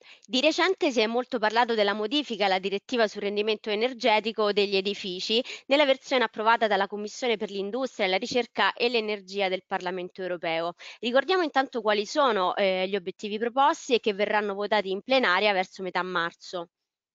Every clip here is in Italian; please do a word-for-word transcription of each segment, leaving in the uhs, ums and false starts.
Di recente si è molto parlato della modifica alla direttiva sul rendimento energetico degli edifici, nella versione approvata dalla Commissione per l'Industria, la Ricerca e l'Energia del Parlamento europeo. Ricordiamo intanto quali sono eh, gli obiettivi proposti e che verranno votati in plenaria verso metà marzo.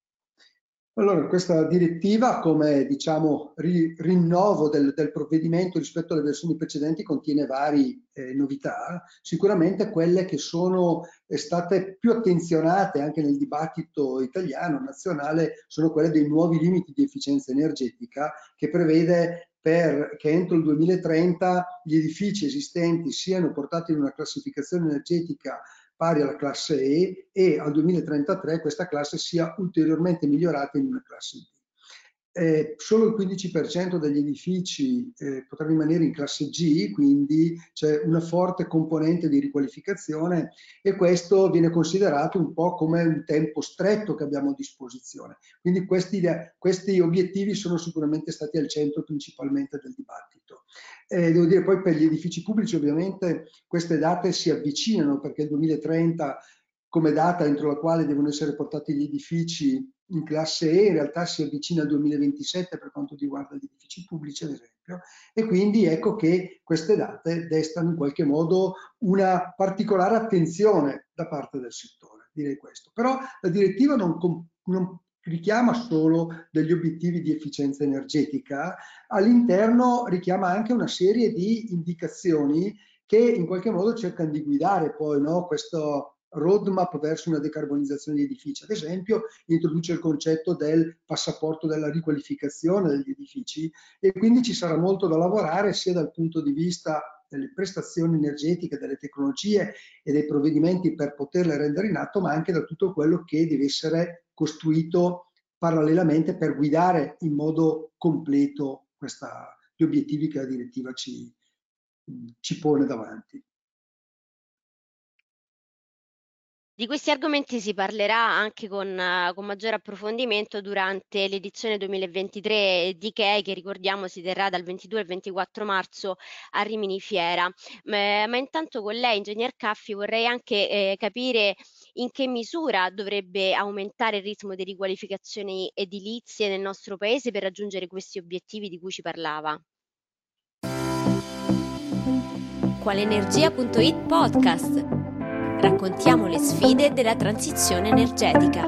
Allora, questa direttiva, come diciamo ri- rinnovo del, del provvedimento rispetto alle versioni precedenti, contiene varie eh, novità. Sicuramente quelle che sono eh, state più attenzionate anche nel dibattito italiano, nazionale, sono quelle dei nuovi limiti di efficienza energetica, che prevede per, che entro il duemilatrenta gli edifici esistenti siano portati in una classificazione energetica pari alla classe E e al duemilatrentatré questa classe sia ulteriormente migliorata in una classe D. Eh, solo il quindici per cento degli edifici eh, potrà rimanere in classe G, quindi c'è una forte componente di riqualificazione e questo viene considerato un po' come un tempo stretto che abbiamo a disposizione. Quindi questi, questi obiettivi sono sicuramente stati al centro principalmente del dibattito. Eh, devo dire poi per gli edifici pubblici ovviamente queste date si avvicinano perché il duemilatrenta come data entro la quale devono essere portati gli edifici in classe E in realtà si avvicina al duemilaventisette per quanto riguarda gli edifici pubblici ad esempio e quindi ecco che queste date destano in qualche modo una particolare attenzione da parte del settore, direi questo. Però la direttiva non, non richiama solo degli obiettivi di efficienza energetica, all'interno richiama anche una serie di indicazioni che in qualche modo cercano di guidare poi no, questo roadmap verso una decarbonizzazione degli edifici. Ad esempio introduce il concetto del passaporto della riqualificazione degli edifici e quindi ci sarà molto da lavorare sia dal punto di vista delle prestazioni energetiche, delle tecnologie e dei provvedimenti per poterle rendere in atto, ma anche da tutto quello che deve essere costruito parallelamente per guidare in modo completo questa, gli obiettivi che la direttiva ci, ci pone davanti. Di questi argomenti si parlerà anche con, eh, con maggiore approfondimento durante l'edizione duemilaventitré di CHEI che ricordiamo si terrà dal ventidue al ventiquattro marzo a Rimini Fiera. Ma, ma intanto con lei, ingegner Caffi, vorrei anche eh, capire in che misura dovrebbe aumentare il ritmo di riqualificazioni edilizie nel nostro paese per raggiungere questi obiettivi di cui ci parlava. Qualenergia punto it Podcast. Raccontiamo le sfide della transizione energetica.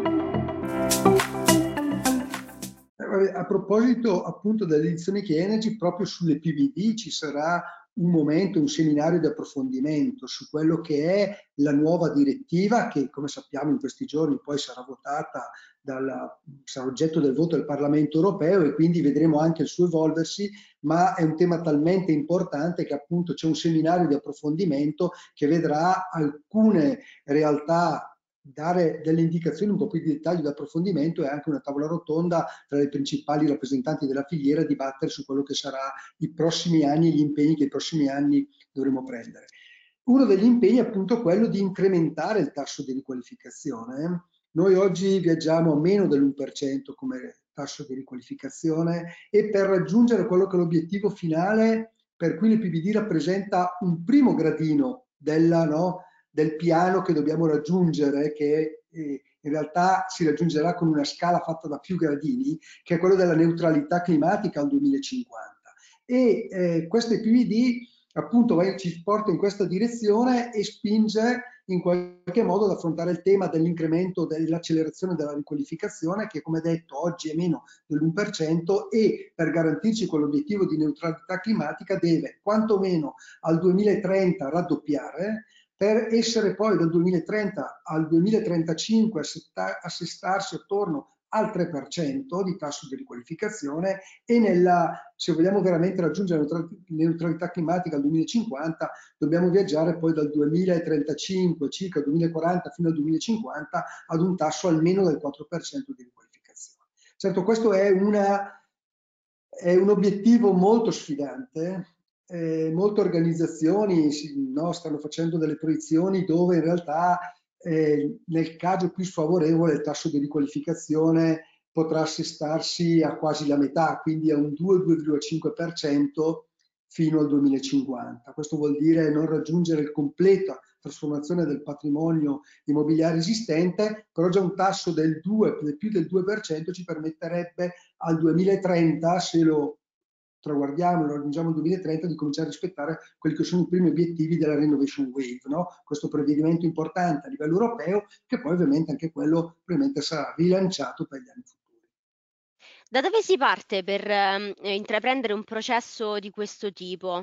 A proposito appunto dell'edizione Key Energy, proprio sulle P V D ci sarà un momento, un seminario di approfondimento su quello che è la nuova direttiva che, come sappiamo, in questi giorni poi sarà votata, dalla, sarà oggetto del voto del Parlamento europeo e quindi vedremo anche il suo evolversi, ma è un tema talmente importante che appunto c'è un seminario di approfondimento che vedrà alcune realtà dare delle indicazioni un po' più di dettaglio di approfondimento e anche una tavola rotonda tra i principali rappresentanti della filiera dibattere su quello che sarà i prossimi anni e gli impegni che i prossimi anni dovremo prendere. Uno degli impegni è appunto quello di incrementare il tasso di riqualificazione. Noi oggi viaggiamo a meno dell'uno per cento come tasso di riqualificazione e per raggiungere quello che è l'obiettivo finale per cui l'I P B D rappresenta un primo gradino della, no, del piano che dobbiamo raggiungere, che eh, in realtà si raggiungerà con una scala fatta da più gradini, che è quello della neutralità climatica al duemilacinquanta. E eh, questo I P B D appunto va, ci porta in questa direzione e spinge in qualche modo ad affrontare il tema dell'incremento dell'accelerazione della riqualificazione che come detto oggi è meno dell'uno per cento e per garantirci quell'obiettivo di neutralità climatica deve quantomeno al duemilatrenta raddoppiare per essere poi dal duemilatrenta al duemilatrentacinque assestarsi attorno al tre per cento di tasso di riqualificazione e nella, se vogliamo veramente raggiungere la neutralità climatica al duemilacinquanta dobbiamo viaggiare poi dal duemilatrentacinque circa duemilaquaranta fino al duemilacinquanta ad un tasso almeno del quattro per cento di riqualificazione. Certo, questo è, una, è un obiettivo molto sfidante. Eh, molte organizzazioni no, stanno facendo delle proiezioni dove in realtà eh, nel caso più sfavorevole il tasso di riqualificazione potrà assestarsi a quasi la metà, quindi a un due virgola cinque per cento fino al duemilacinquanta. Questo vuol dire non raggiungere il completo, trasformazione del patrimonio immobiliare esistente, però già un tasso del due, più del due per cento ci permetterebbe al duemilatrenta, se lo traguardiamo, lo raggiungiamo nel duemilatrenta, di cominciare a rispettare quelli che sono i primi obiettivi della Renovation Wave, no? Questo provvedimento importante a livello europeo, che poi ovviamente anche quello probabilmente sarà rilanciato per gli anni futuri. Da dove si parte per eh, intraprendere un processo di questo tipo?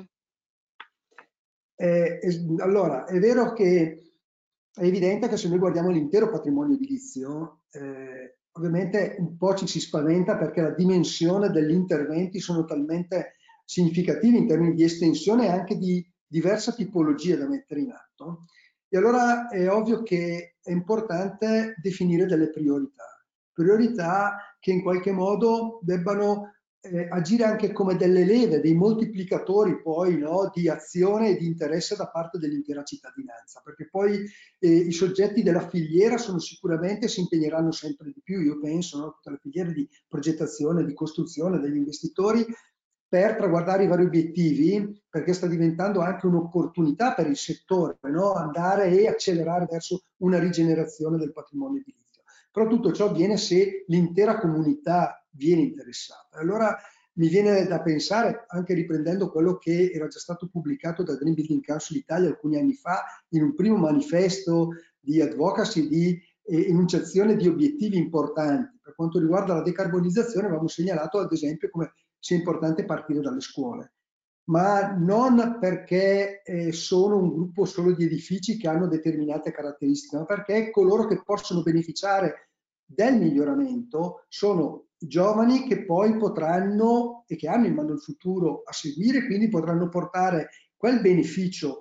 Eh, allora, è vero che è evidente che se noi guardiamo l'intero patrimonio edilizio, eh, ovviamente un po' ci si spaventa perché la dimensione degli interventi sono talmente significativi in termini di estensione e anche di diversa tipologia da mettere in atto. E allora è ovvio che è importante definire delle priorità, priorità che in qualche modo debbano eh, agire anche come delle leve, dei moltiplicatori poi, no, di azione e di interesse da parte dell'intera cittadinanza, perché poi eh, i soggetti della filiera sono sicuramente, si impegneranno sempre di più, io penso, no, tutte le filiere di progettazione, di costruzione, degli investitori, per traguardare i vari obiettivi, perché sta diventando anche un'opportunità per il settore, no? Andare e accelerare verso una rigenerazione del patrimonio edilizio. Però tutto ciò avviene se l'intera comunità viene interessata. Allora mi viene da pensare, anche riprendendo quello che era già stato pubblicato da Green Building Council Italia alcuni anni fa, in un primo manifesto di advocacy, di eh, enunciazione di obiettivi importanti. Per quanto riguarda la decarbonizzazione, avevamo segnalato ad esempio come sia importante partire dalle scuole, ma non perché eh, sono un gruppo solo di edifici che hanno determinate caratteristiche, ma perché coloro che possono beneficiare del miglioramento sono i giovani che poi potranno e che hanno in mano il futuro a seguire, quindi potranno portare quel beneficio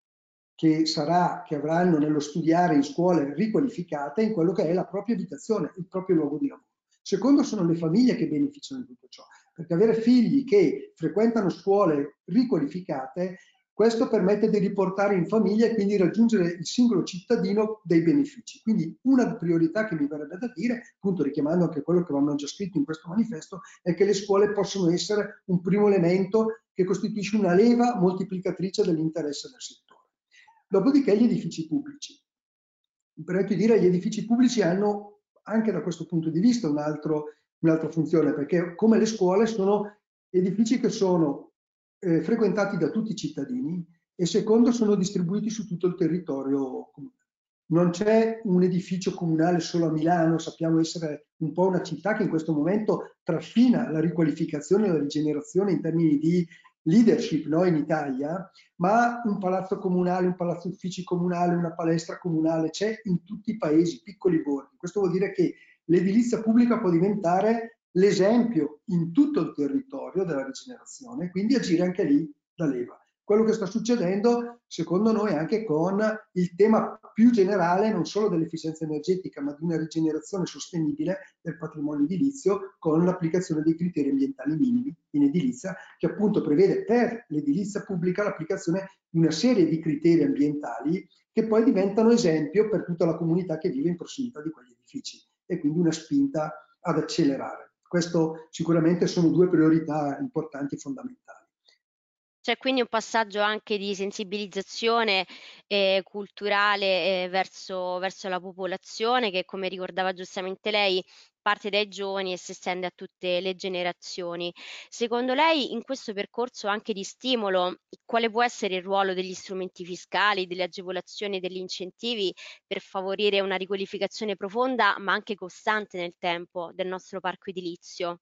che sarà, che avranno nello studiare in scuole riqualificate in quello che è la propria abitazione, il proprio luogo di lavoro. Secondo, sono le famiglie che beneficiano di tutto ciò, perché avere figli che frequentano scuole riqualificate, questo permette di riportare in famiglia e quindi raggiungere il singolo cittadino dei benefici. Quindi una priorità che mi verrebbe da dire, appunto richiamando anche quello che avevamo già scritto in questo manifesto, è che le scuole possono essere un primo elemento che costituisce una leva moltiplicatrice dell'interesse del settore. Dopodiché gli edifici pubblici. Mi permetto di dire che gli edifici pubblici hanno anche da questo punto di vista un altro, un'altra funzione, perché come le scuole sono edifici che sono eh, frequentati da tutti i cittadini e secondo sono distribuiti su tutto il territorio comunale. Non c'è un edificio comunale solo a Milano, sappiamo essere un po' una città che in questo momento trascina la riqualificazione e la rigenerazione in termini di leadership, no, in Italia, ma un palazzo comunale, un palazzo uffici comunale, una palestra comunale c'è in tutti i paesi, piccoli borghi. Questo vuol dire che l'edilizia pubblica può diventare l'esempio in tutto il territorio della rigenerazione, quindi agire anche lì da leva. Quello che sta succedendo, secondo noi, anche con il tema più generale, non solo dell'efficienza energetica, ma di una rigenerazione sostenibile del patrimonio edilizio, con l'applicazione dei criteri ambientali minimi in edilizia, che appunto prevede per l'edilizia pubblica l'applicazione di una serie di criteri ambientali che poi diventano esempio per tutta la comunità che vive in prossimità di quegli edifici, e quindi una spinta ad accelerare. Questo sicuramente sono due priorità importanti e fondamentali. C'è quindi un passaggio anche di sensibilizzazione eh, culturale eh, verso, verso la popolazione che, come ricordava giustamente lei, parte dai giovani e si estende a tutte le generazioni. Secondo lei, in questo percorso anche di stimolo, quale può essere il ruolo degli strumenti fiscali, delle agevolazioni e degli incentivi per favorire una riqualificazione profonda ma anche costante nel tempo del nostro parco edilizio?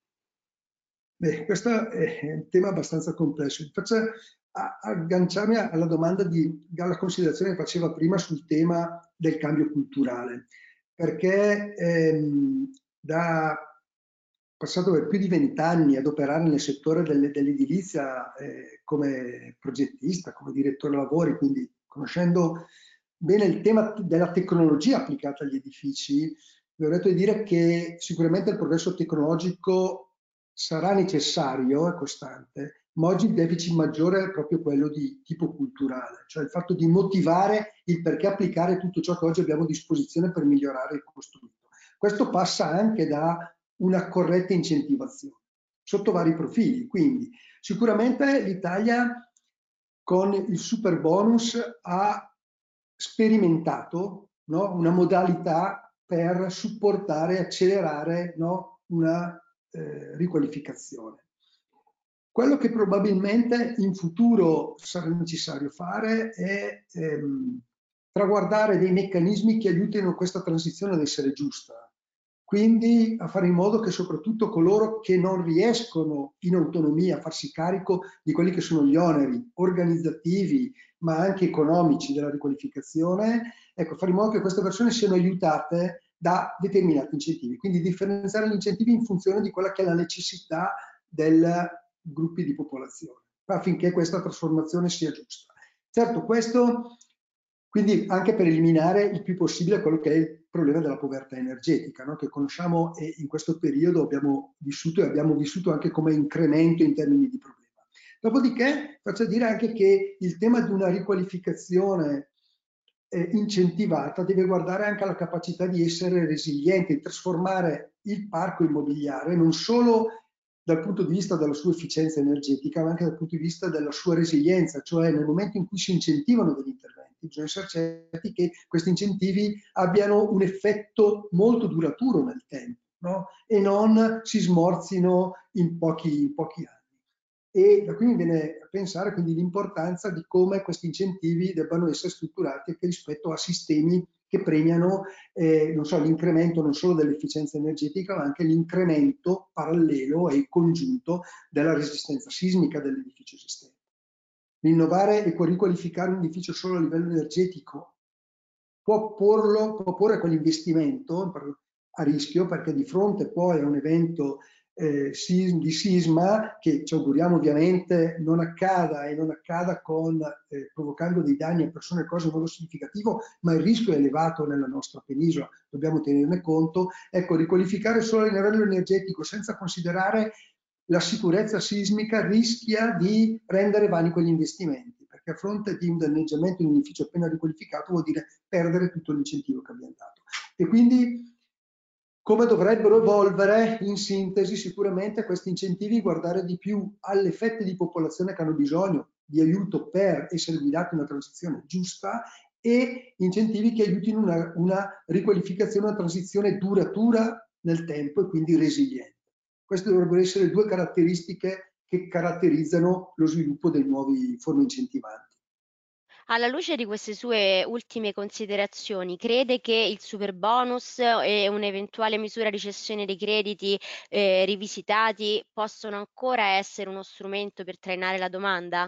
Beh, questo è un tema abbastanza complesso. Faccio agganciarmi alla domanda di, alla considerazione che faceva prima sul tema del cambio culturale, perché ehm, da passato per più di vent'anni ad operare nel settore dell'edilizia eh, come progettista, come direttore lavori, quindi conoscendo bene il tema della tecnologia applicata agli edifici, vi ho detto di dire che sicuramente il progresso tecnologico sarà necessario e costante, ma oggi il deficit maggiore è proprio quello di tipo culturale, cioè il fatto di motivare il perché applicare tutto ciò che oggi abbiamo a disposizione per migliorare il costruito. Questo passa anche da una corretta incentivazione sotto vari profili. Quindi sicuramente l'Italia con il super bonus ha sperimentato, no, una modalità per supportare e accelerare, no, una eh, riqualificazione. Quello che probabilmente in futuro sarà necessario fare è ehm, traguardare dei meccanismi che aiutino questa transizione ad essere giusta. Quindi a fare in modo che soprattutto coloro che non riescono in autonomia a farsi carico di quelli che sono gli oneri organizzativi, ma anche economici della riqualificazione, ecco, fare in modo che queste persone siano aiutate da determinati incentivi. Quindi differenziare gli incentivi in funzione di quella che è la necessità del gruppi di popolazione, affinché questa trasformazione sia giusta. Certo, questo quindi anche per eliminare il più possibile quello che è il problema della povertà energetica, no? Che conosciamo e in questo periodo abbiamo vissuto e abbiamo vissuto anche come incremento in termini di problema. Dopodiché faccio dire anche che il tema di una riqualificazione eh, incentivata deve guardare anche alla capacità di essere resiliente, di trasformare il parco immobiliare non solo dal punto di vista della sua efficienza energetica, ma anche dal punto di vista della sua resilienza, cioè nel momento in cui si incentivano degli interventi, bisogna essere certi che questi incentivi abbiano un effetto molto duraturo nel tempo, no? E non si smorzino in pochi, in pochi anni. E da qui mi viene a pensare quindi l'importanza di come questi incentivi debbano essere strutturati anche rispetto a sistemi che premiano eh, non so, l'incremento non solo dell'efficienza energetica, ma anche l'incremento parallelo e congiunto della resistenza sismica dell'edificio esistente. Rinnovare e riqualificare un edificio solo a livello energetico può, porlo, può porre quell'investimento a rischio, perché di fronte poi a un evento eh, di sisma, che ci auguriamo ovviamente non accada e non accada con, eh, provocando dei danni a persone e cose in modo significativo, ma il rischio è elevato nella nostra penisola, dobbiamo tenerne conto. Ecco, riqualificare solo a livello energetico senza considerare la sicurezza sismica rischia di rendere vani quegli investimenti, perché a fronte di un danneggiamento di un edificio appena riqualificato vuol dire perdere tutto l'incentivo che abbiamo dato. E quindi come dovrebbero evolvere, in sintesi, sicuramente questi incentivi, guardare di più alle fette di popolazione che hanno bisogno di aiuto per essere guidati in una transizione giusta e incentivi che aiutino una, una riqualificazione, una transizione duratura nel tempo e quindi resiliente. Queste dovrebbero essere due caratteristiche che caratterizzano lo sviluppo dei nuovi forme incentivanti. Alla luce di queste sue ultime considerazioni, crede che il superbonus e un'eventuale misura di cessione dei crediti eh, rivisitati possono ancora essere uno strumento per trainare la domanda?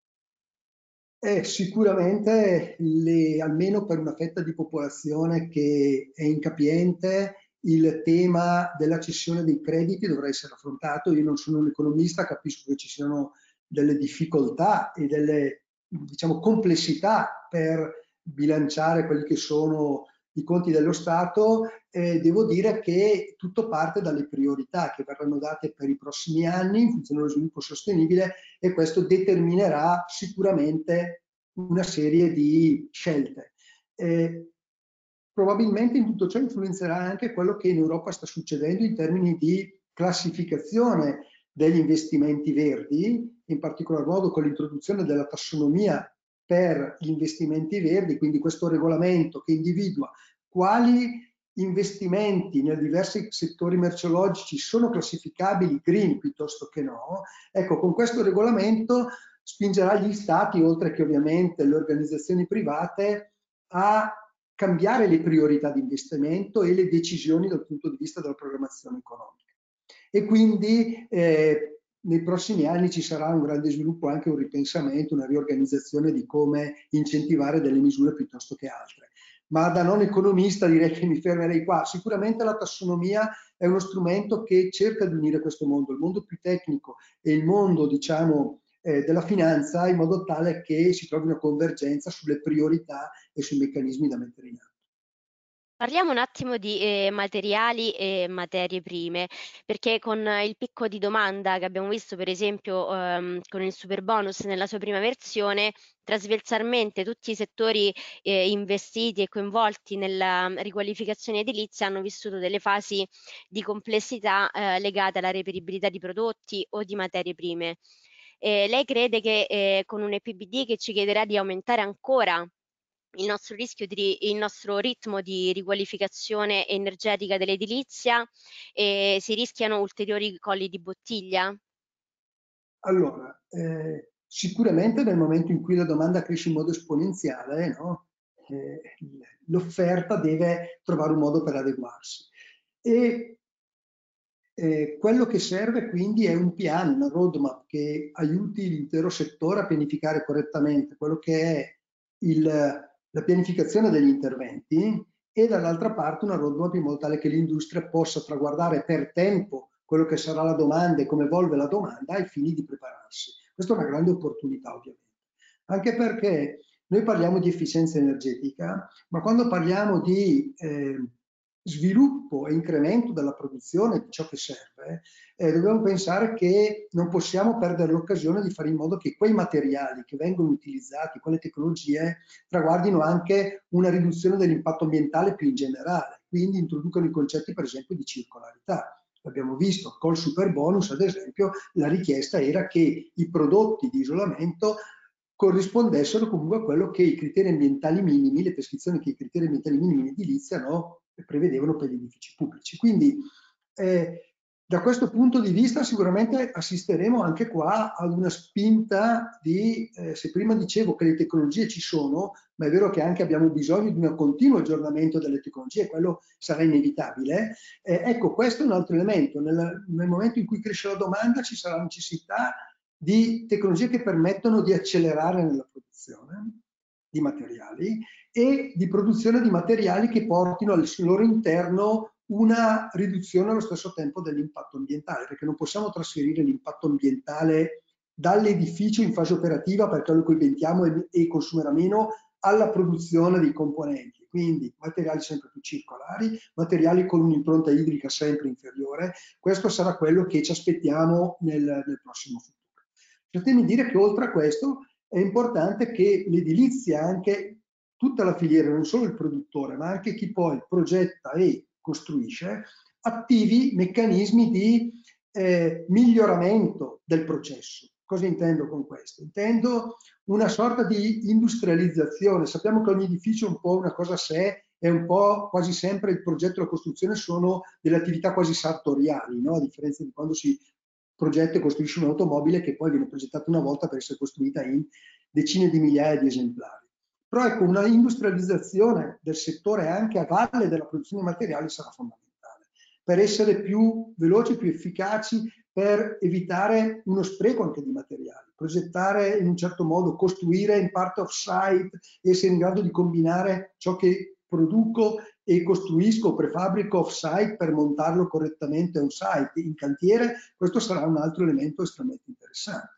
Eh, sicuramente, le, almeno per una fetta di popolazione che è incapiente, il tema della cessione dei crediti dovrà essere affrontato. Io non sono un economista, capisco che ci siano delle difficoltà e delle, diciamo, complessità per bilanciare quelli che sono i conti dello Stato. Eh, devo dire che tutto parte dalle priorità che verranno date per i prossimi anni in funzione dello sviluppo sostenibile, e questo determinerà sicuramente una serie di scelte. Eh, probabilmente in tutto ciò influenzerà anche quello che in Europa sta succedendo in termini di classificazione degli investimenti verdi, in particolar modo con l'introduzione della tassonomia per gli investimenti verdi, quindi questo regolamento che individua quali investimenti nei diversi settori merceologici sono classificabili green piuttosto che no. Ecco, con questo regolamento spingerà gli stati, oltre che ovviamente le organizzazioni private, a cambiare le priorità di investimento e le decisioni dal punto di vista della programmazione economica. E quindi eh, nei prossimi anni ci sarà un grande sviluppo, anche un ripensamento, una riorganizzazione di come incentivare delle misure piuttosto che altre. Ma da non economista direi che mi fermerei qua. Sicuramente la tassonomia è uno strumento che cerca di unire questo mondo, il mondo più tecnico e il mondo, diciamo, eh, della finanza, in modo tale che si trovi una convergenza sulle priorità e sui meccanismi da mettere in atto. Parliamo un attimo di eh, materiali e materie prime, perché con il picco di domanda che abbiamo visto, per esempio, ehm, con il superbonus nella sua prima versione, trasversalmente tutti i settori eh, investiti e coinvolti nella riqualificazione edilizia hanno vissuto delle fasi di complessità eh, legate alla reperibilità di prodotti o di materie prime. Eh, lei crede che eh, con un E P B D che ci chiederà di aumentare ancora il nostro rischio di il nostro ritmo di riqualificazione energetica dell'edilizia e si rischiano ulteriori colli di bottiglia? Allora, eh, sicuramente nel momento in cui la domanda cresce in modo esponenziale, no? eh, l'offerta deve trovare un modo per adeguarsi. E eh, quello che serve quindi è un piano, una roadmap che aiuti l'intero settore a pianificare correttamente quello che è il, la pianificazione degli interventi e dall'altra parte una roadmap in modo tale che l'industria possa traguardare per tempo quello che sarà la domanda e come evolve la domanda ai fini di prepararsi. Questa è una grande opportunità ovviamente, anche perché noi parliamo di efficienza energetica, ma quando parliamo di eh, sviluppo e incremento della produzione di ciò che serve, eh, dobbiamo pensare che non possiamo perdere l'occasione di fare in modo che quei materiali che vengono utilizzati, quelle tecnologie, traguardino anche una riduzione dell'impatto ambientale più in generale, quindi introducono i concetti per esempio di circolarità. L'abbiamo visto col super bonus, ad esempio, la richiesta era che i prodotti di isolamento corrispondessero comunque a quello che i criteri ambientali minimi, le prescrizioni che i criteri ambientali minimi in edilizia, no, prevedevano per gli edifici pubblici. Quindi eh, da questo punto di vista sicuramente assisteremo anche qua ad una spinta di, eh, se prima dicevo che le tecnologie ci sono, ma è vero che anche abbiamo bisogno di un continuo aggiornamento delle tecnologie, quello sarà inevitabile, eh, ecco questo è un altro elemento, nel, nel momento in cui cresce la domanda ci sarà necessità di tecnologie che permettono di accelerare nella produzione di materiali e di produzione di materiali che portino al loro interno una riduzione allo stesso tempo dell'impatto ambientale, perché non possiamo trasferire l'impatto ambientale dall'edificio in fase operativa perché lo coibentiamo e, e consumerà meno alla produzione dei componenti, quindi materiali sempre più circolari, materiali con un'impronta idrica sempre inferiore. Questo sarà quello che ci aspettiamo nel, nel prossimo futuro. Fatemi dire che oltre a questo è importante che l'edilizia, anche tutta la filiera, non solo il produttore, ma anche chi poi progetta e costruisce, attivi meccanismi di eh, miglioramento del processo. Cosa intendo con questo? Intendo una sorta di industrializzazione. Sappiamo che ogni edificio è un po' una cosa a sé, è un po' quasi sempre il progetto e la costruzione sono delle attività quasi sartoriali, no? A differenza di quando si progetta e costruisce un'automobile che poi viene progettata una volta per essere costruita in decine di migliaia di esemplari. Però ecco, una industrializzazione del settore anche a valle della produzione di materiali sarà fondamentale per essere più veloci, più efficaci, per evitare uno spreco anche di materiali, progettare in un certo modo, costruire in parte off-site, essere in grado di combinare ciò che produco e costruisco, prefabbrico off-site per montarlo correttamente on-site. In cantiere questo sarà un altro elemento estremamente interessante.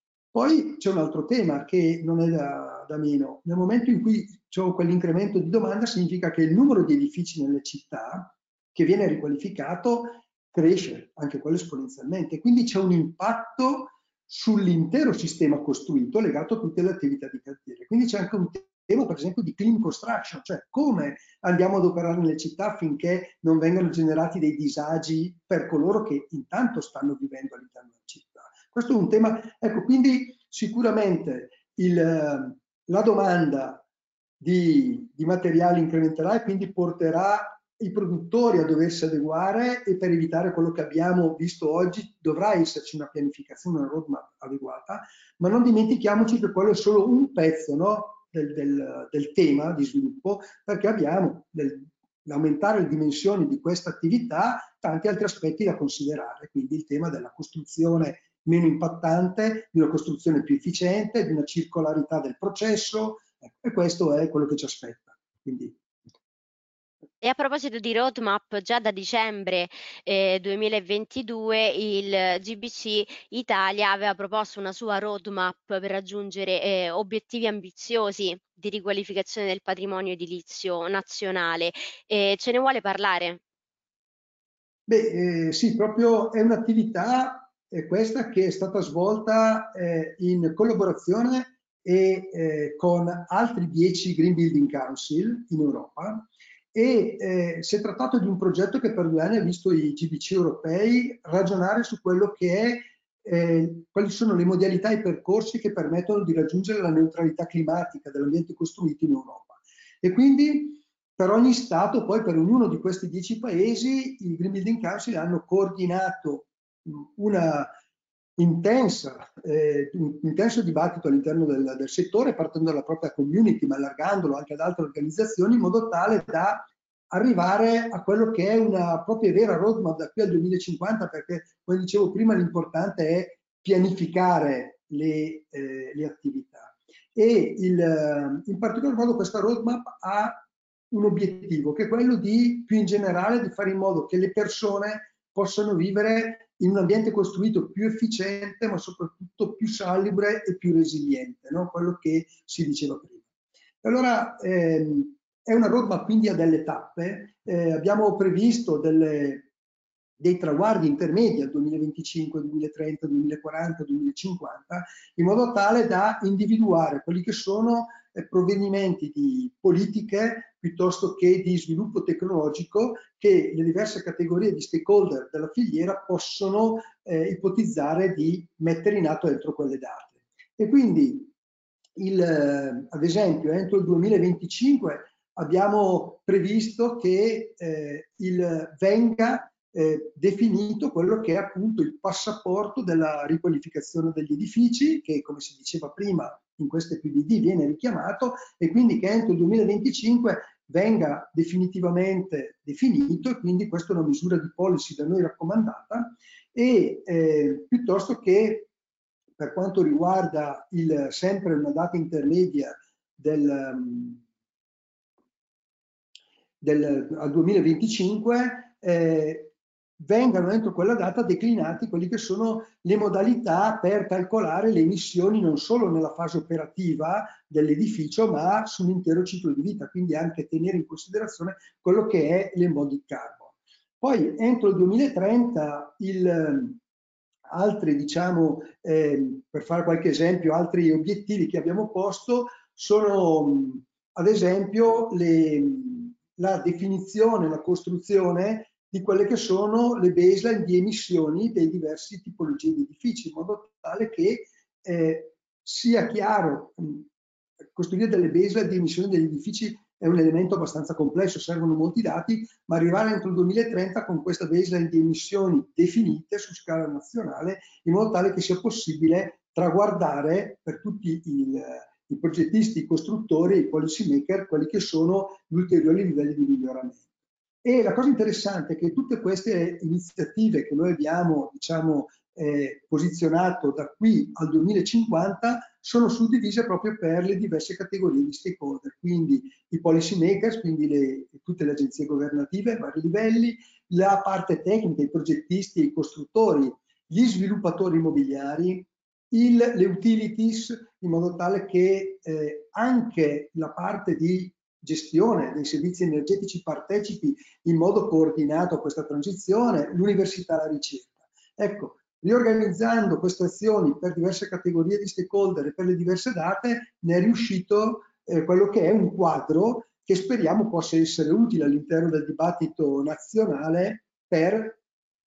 Poi c'è un altro tema che non è da, da meno. Nel momento in cui c'è quell'incremento di domanda significa che il numero di edifici nelle città che viene riqualificato cresce, anche quello esponenzialmente. Quindi c'è un impatto sull'intero sistema costruito legato a tutte le attività di cantiere. Quindi c'è anche un tema, per esempio, di clean construction, cioè come andiamo ad operare nelle città affinché non vengano generati dei disagi per coloro che intanto stanno vivendo all'interno della città. Questo è un tema, ecco, quindi sicuramente il, la domanda di, di materiali incrementerà e quindi porterà i produttori a doversi adeguare, e per evitare quello che abbiamo visto oggi dovrà esserci una pianificazione, una roadmap adeguata, ma non dimentichiamoci che quello è solo un pezzo, no, del, del, del tema di sviluppo, perché abbiamo nell'aumentare le dimensioni di questa attività tanti altri aspetti da considerare, quindi il tema della costruzione meno impattante, di una costruzione più efficiente, di una circolarità del processo, e questo è quello che ci aspetta. Quindi, E a proposito di roadmap, già da dicembre eh, duemilaventidue il G B C Italia aveva proposto una sua roadmap per raggiungere eh, obiettivi ambiziosi di riqualificazione del patrimonio edilizio nazionale. Eh, ce ne vuole parlare? Beh, eh, sì, proprio è un'attività eh, questa che è stata svolta eh, in collaborazione e, eh, con altri dieci Green Building Council in Europa, e eh, si è trattato di un progetto che per due anni ha visto i G B C europei ragionare su quello che è, eh, quali sono le modalità e i percorsi che permettono di raggiungere la neutralità climatica dell'ambiente costruito in Europa. E quindi per ogni Stato, poi per ognuno di questi dieci paesi, i Green Building Council hanno coordinato una intensa, eh, un intenso dibattito all'interno del, del settore, partendo dalla propria community, ma allargandolo anche ad altre organizzazioni, in modo tale da arrivare a quello che è una propria vera roadmap da qui al duemilacinquanta, perché, come dicevo prima, l'importante è pianificare le, eh, le attività. E il, in particolar modo questa roadmap ha un obiettivo, che è quello di, più in generale, di fare in modo che le persone possano vivere in un ambiente costruito più efficiente, ma soprattutto più salubre e più resiliente, no? Quello che si diceva prima. Allora, ehm, è una roadmap quindi a delle tappe, eh, abbiamo previsto delle, dei traguardi intermedi al duemilaventicinque, duemilatrenta, duemilaquaranta, duemilacinquanta, in modo tale da individuare quelli che sono eh, provvedimenti di politiche piuttosto che di sviluppo tecnologico che le diverse categorie di stakeholder della filiera possono eh, ipotizzare di mettere in atto entro quelle date. E quindi, il, eh, ad esempio, entro il duemilaventicinque abbiamo previsto che eh, il, venga eh, definito quello che è appunto il passaporto della riqualificazione degli edifici, che come si diceva prima in queste P V D viene richiamato, e quindi che entro il duemilaventicinque venga definitivamente definito, e quindi questa è una misura di policy da noi raccomandata, e eh, piuttosto che per quanto riguarda il, sempre una data intermedia del, del, al duemilaventicinque, eh, vengano entro quella data declinati quelli che sono le modalità per calcolare le emissioni non solo nella fase operativa dell'edificio, ma sull'intero ciclo di vita, quindi anche tenere in considerazione quello che è l'embodied carbon. Poi entro il duemilatrenta il, altri, diciamo, eh, per fare qualche esempio, altri obiettivi che abbiamo posto sono ad esempio le, la definizione, la costruzione di quelle che sono le baseline di emissioni dei diversi tipologie di edifici, in modo tale che eh, sia chiaro. Costruire delle baseline di emissioni degli edifici è un elemento abbastanza complesso, servono molti dati, ma arrivare entro il duemilatrenta con questa baseline di emissioni definite su scala nazionale, in modo tale che sia possibile traguardare per tutti il, i progettisti, i costruttori, i policy maker, quelli che sono gli ulteriori livelli di miglioramento. E la cosa interessante è che tutte queste iniziative che noi abbiamo, diciamo, eh, posizionato da qui al duemilacinquanta sono suddivise proprio per le diverse categorie di stakeholder, quindi i policy makers, quindi le, tutte le agenzie governative a vari livelli, la parte tecnica, i progettisti e i costruttori, gli sviluppatori immobiliari, il, le utilities, in modo tale che eh, anche la parte di gestione dei servizi energetici partecipi in modo coordinato a questa transizione, l'università e la ricerca. Ecco, riorganizzando queste azioni per diverse categorie di stakeholder e per le diverse date, ne è riuscito eh, quello che è un quadro che speriamo possa essere utile all'interno del dibattito nazionale per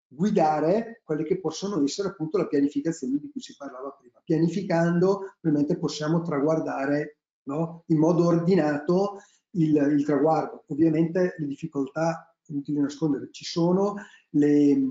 guidare quelle che possono essere appunto la pianificazione di cui si parlava prima. Pianificando, ovviamente possiamo traguardare, no, in modo ordinato il, il traguardo. Ovviamente le difficoltà, inutile nascondere, ci sono, le,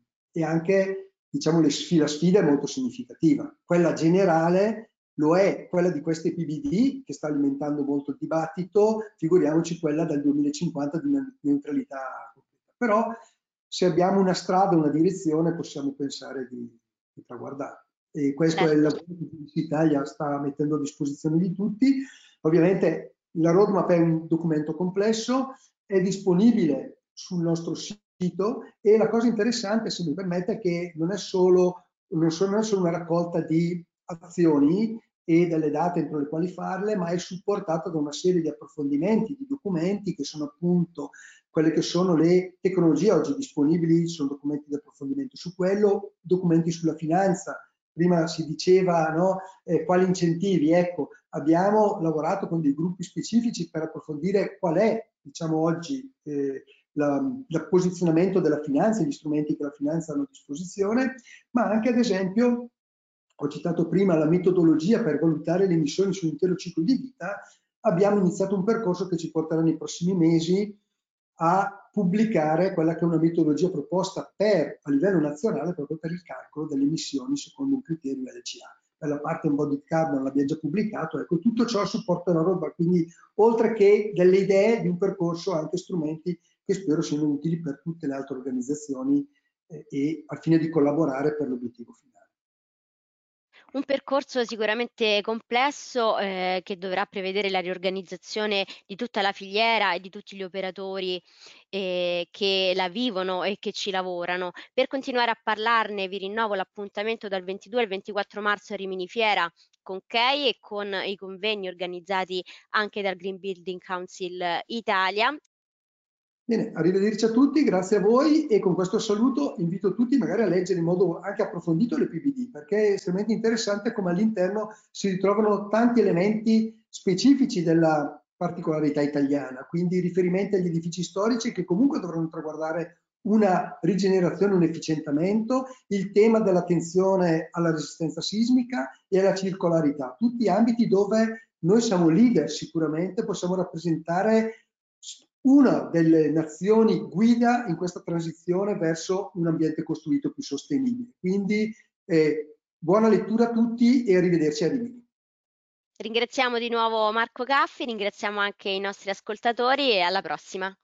e anche, diciamo, le, la sfida è molto significativa. Quella generale lo è, quella di queste P V D che sta alimentando molto il dibattito, figuriamoci quella dal duemilacinquanta di una neutralità completa. Però se abbiamo una strada, una direzione, possiamo pensare di, di traguardare. E questo certo. È il lavoro che l'Italia sta mettendo a disposizione di tutti. Ovviamente la roadmap è un documento complesso, è disponibile sul nostro sito, e la cosa interessante, se mi permette, è che non è solo, non è solo una raccolta di azioni e delle date entro le quali farle, ma è supportata da una serie di approfondimenti, di documenti che sono appunto quelle che sono le tecnologie oggi disponibili, sono documenti di approfondimento su quello, documenti sulla finanza. Prima si diceva, no, eh, quali incentivi. Ecco, abbiamo lavorato con dei gruppi specifici per approfondire qual è, diciamo, oggi eh, il posizionamento della finanza, gli strumenti che la finanza hanno a disposizione, ma anche, ad esempio, ho citato prima la metodologia per valutare le emissioni sull'intero ciclo di vita. abbiamo iniziato un percorso che ci porterà nei prossimi mesi a pubblicare quella che è una metodologia proposta per, a livello nazionale proprio per il calcolo delle emissioni secondo un criterio L C A. Per la parte embodied carbon l'abbiamo già pubblicato, ecco, tutto ciò supporta la roadmap, quindi oltre che delle idee di un percorso, anche strumenti che spero siano utili per tutte le altre organizzazioni eh, e al fine di collaborare per l'obiettivo finale. Un percorso sicuramente complesso eh, che dovrà prevedere la riorganizzazione di tutta la filiera e di tutti gli operatori eh, che la vivono e che ci lavorano. Per continuare a parlarne vi rinnovo l'appuntamento dal ventidue al ventiquattro marzo a Rimini Fiera con Kei e con i convegni organizzati anche dal Green Building Council Italia. Bene, arrivederci a tutti, grazie a voi e con questo saluto invito tutti magari a leggere in modo anche approfondito le P V D perché è estremamente interessante come all'interno si ritrovano tanti elementi specifici della particolarità italiana, quindi riferimenti agli edifici storici che comunque dovranno traguardare una rigenerazione, un efficientamento, il tema dell'attenzione alla resistenza sismica e alla circolarità, tutti ambiti dove noi siamo leader sicuramente, possiamo rappresentare una delle nazioni guida in questa transizione verso un ambiente costruito più sostenibile. Quindi eh, buona lettura a tutti e arrivederci a Rimini. Ringraziamo di nuovo Marco Caffi, ringraziamo anche i nostri ascoltatori e alla prossima.